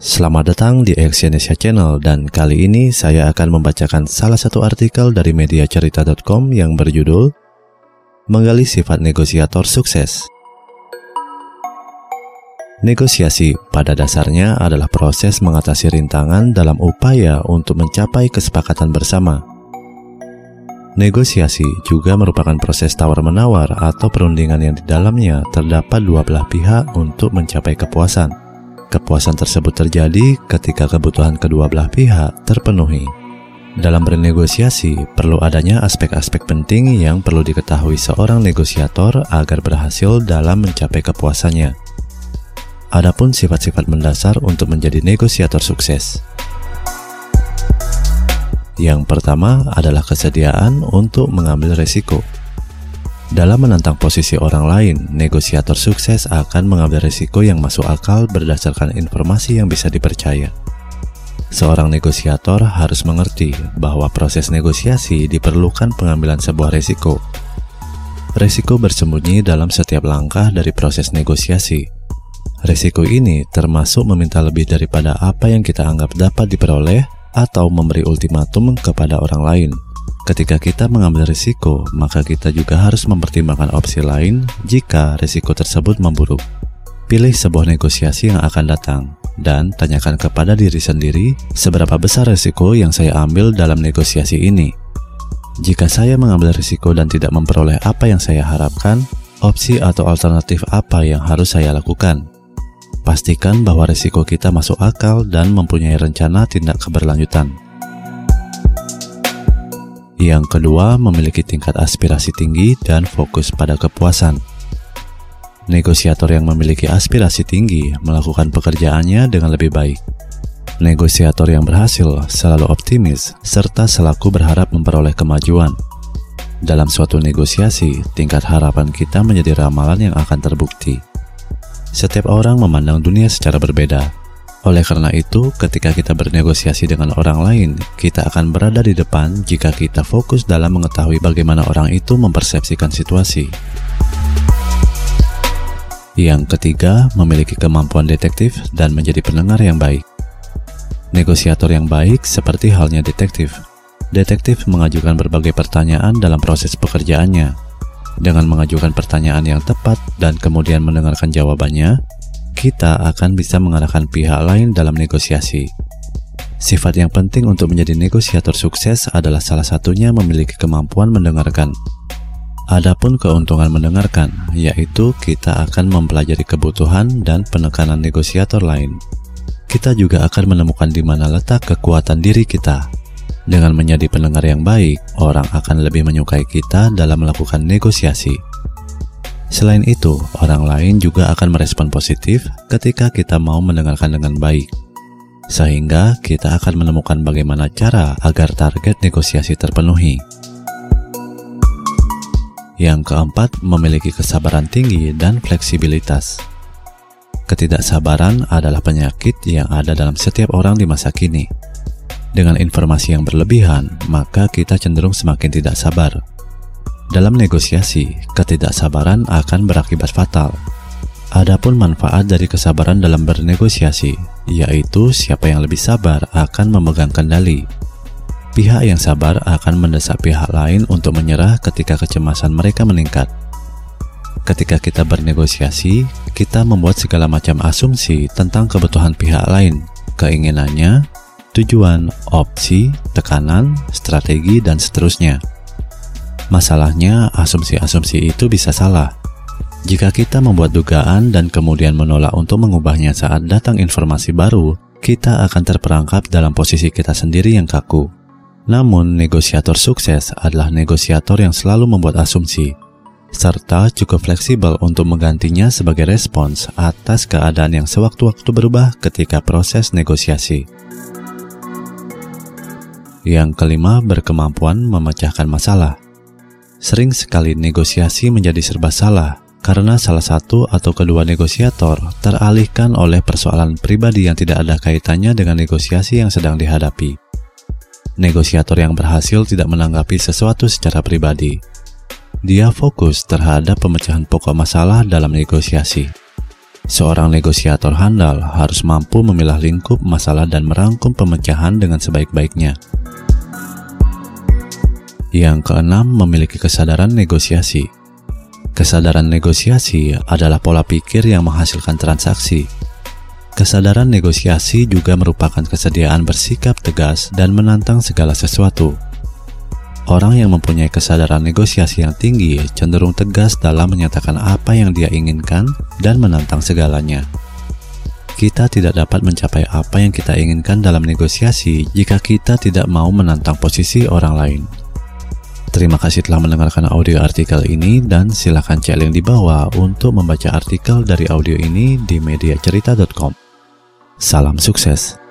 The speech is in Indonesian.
Selamat datang di Exyonesia Channel, dan kali ini saya akan membacakan salah satu artikel dari mediacerita.com yang berjudul Menggali Sifat Negosiator Sukses. Negosiasi pada dasarnya adalah proses mengatasi rintangan dalam upaya untuk mencapai kesepakatan bersama. Negosiasi juga merupakan proses tawar-menawar atau perundingan yang di dalamnya terdapat dua belah pihak untuk mencapai kepuasan. Kepuasan tersebut terjadi ketika kebutuhan kedua belah pihak terpenuhi. Dalam bernegosiasi, perlu adanya aspek-aspek penting yang perlu diketahui seorang negosiator agar berhasil dalam mencapai kepuasannya. Adapun sifat-sifat mendasar untuk menjadi negosiator sukses. Yang pertama adalah kesediaan untuk mengambil risiko. Dalam menantang posisi orang lain, negosiator sukses akan mengambil risiko yang masuk akal berdasarkan informasi yang bisa dipercaya. Seorang negosiator harus mengerti bahwa proses negosiasi diperlukan pengambilan sebuah risiko. Risiko bersembunyi dalam setiap langkah dari proses negosiasi. Risiko ini termasuk meminta lebih daripada apa yang kita anggap dapat diperoleh atau memberi ultimatum kepada orang lain. Ketika kita mengambil risiko, maka kita juga harus mempertimbangkan opsi lain jika risiko tersebut memburuk. Pilih sebuah negosiasi yang akan datang, dan tanyakan kepada diri sendiri seberapa besar risiko yang saya ambil dalam negosiasi ini. Jika saya mengambil risiko dan tidak memperoleh apa yang saya harapkan, opsi atau alternatif apa yang harus saya lakukan? Pastikan bahwa risiko kita masuk akal dan mempunyai rencana tindak keberlanjutan. Yang kedua, memiliki tingkat aspirasi tinggi dan fokus pada kepuasan. Negosiator yang memiliki aspirasi tinggi melakukan pekerjaannya dengan lebih baik. Negosiator yang berhasil selalu optimis serta selalu berharap memperoleh kemajuan. Dalam suatu negosiasi, tingkat harapan kita menjadi ramalan yang akan terbukti. Setiap orang memandang dunia secara berbeda. Oleh karena itu, ketika kita bernegosiasi dengan orang lain, kita akan berada di depan jika kita fokus dalam mengetahui bagaimana orang itu mempersepsikan situasi. Yang ketiga, memiliki kemampuan detektif dan menjadi pendengar yang baik. Negosiator yang baik seperti halnya detektif. Detektif mengajukan berbagai pertanyaan dalam proses pekerjaannya. Dengan mengajukan pertanyaan yang tepat dan kemudian mendengarkan jawabannya, kita akan bisa mengarahkan pihak lain dalam negosiasi. Sifat yang penting untuk menjadi negosiator sukses adalah salah satunya memiliki kemampuan mendengarkan. Adapun keuntungan mendengarkan, yaitu kita akan mempelajari kebutuhan dan penekanan negosiator lain. Kita juga akan menemukan di mana letak kekuatan diri kita. Dengan menjadi pendengar yang baik, orang akan lebih menyukai kita dalam melakukan negosiasi. Selain itu, orang lain juga akan merespon positif ketika kita mau mendengarkan dengan baik. Sehingga kita akan menemukan bagaimana cara agar target negosiasi terpenuhi. Yang keempat, memiliki kesabaran tinggi dan fleksibilitas. Ketidaksabaran adalah penyakit yang ada dalam setiap orang di masa kini. Dengan informasi yang berlebihan, maka kita cenderung semakin tidak sabar. Dalam negosiasi, ketidaksabaran akan berakibat fatal. Adapun manfaat dari kesabaran dalam bernegosiasi, yaitu siapa yang lebih sabar akan memegang kendali. Pihak yang sabar akan mendesak pihak lain untuk menyerah ketika kecemasan mereka meningkat. Ketika kita bernegosiasi, kita membuat segala macam asumsi tentang kebutuhan pihak lain, keinginannya, tujuan, opsi, tekanan, strategi, dan seterusnya. Masalahnya, asumsi-asumsi itu bisa salah. Jika kita membuat dugaan dan kemudian menolak untuk mengubahnya saat datang informasi baru, kita akan terperangkap dalam posisi kita sendiri yang kaku. Namun, negosiator sukses adalah negosiator yang selalu membuat asumsi, serta cukup fleksibel untuk menggantinya sebagai respons atas keadaan yang sewaktu-waktu berubah ketika proses negosiasi. Yang kelima, berkemampuan memecahkan masalah. Sering sekali negosiasi menjadi serba salah karena salah satu atau kedua negosiator teralihkan oleh persoalan pribadi yang tidak ada kaitannya dengan negosiasi yang sedang dihadapi. Negosiator yang berhasil tidak menanggapi sesuatu secara pribadi. Dia fokus terhadap pemecahan pokok masalah dalam negosiasi. Seorang negosiator handal harus mampu memilah lingkup masalah dan merangkum pemecahan dengan sebaik-baiknya. Yang keenam, memiliki kesadaran negosiasi. Kesadaran negosiasi adalah pola pikir yang menghasilkan transaksi. Kesadaran negosiasi juga merupakan kesediaan bersikap tegas dan menantang segala sesuatu. Orang yang mempunyai kesadaran negosiasi yang tinggi cenderung tegas dalam menyatakan apa yang dia inginkan dan menantang segalanya. Kita tidak dapat mencapai apa yang kita inginkan dalam negosiasi jika kita tidak mau menantang posisi orang lain. Terima kasih telah mendengarkan audio artikel ini dan silakan cek link di bawah untuk membaca artikel dari audio ini di mediacerita.com. Salam sukses.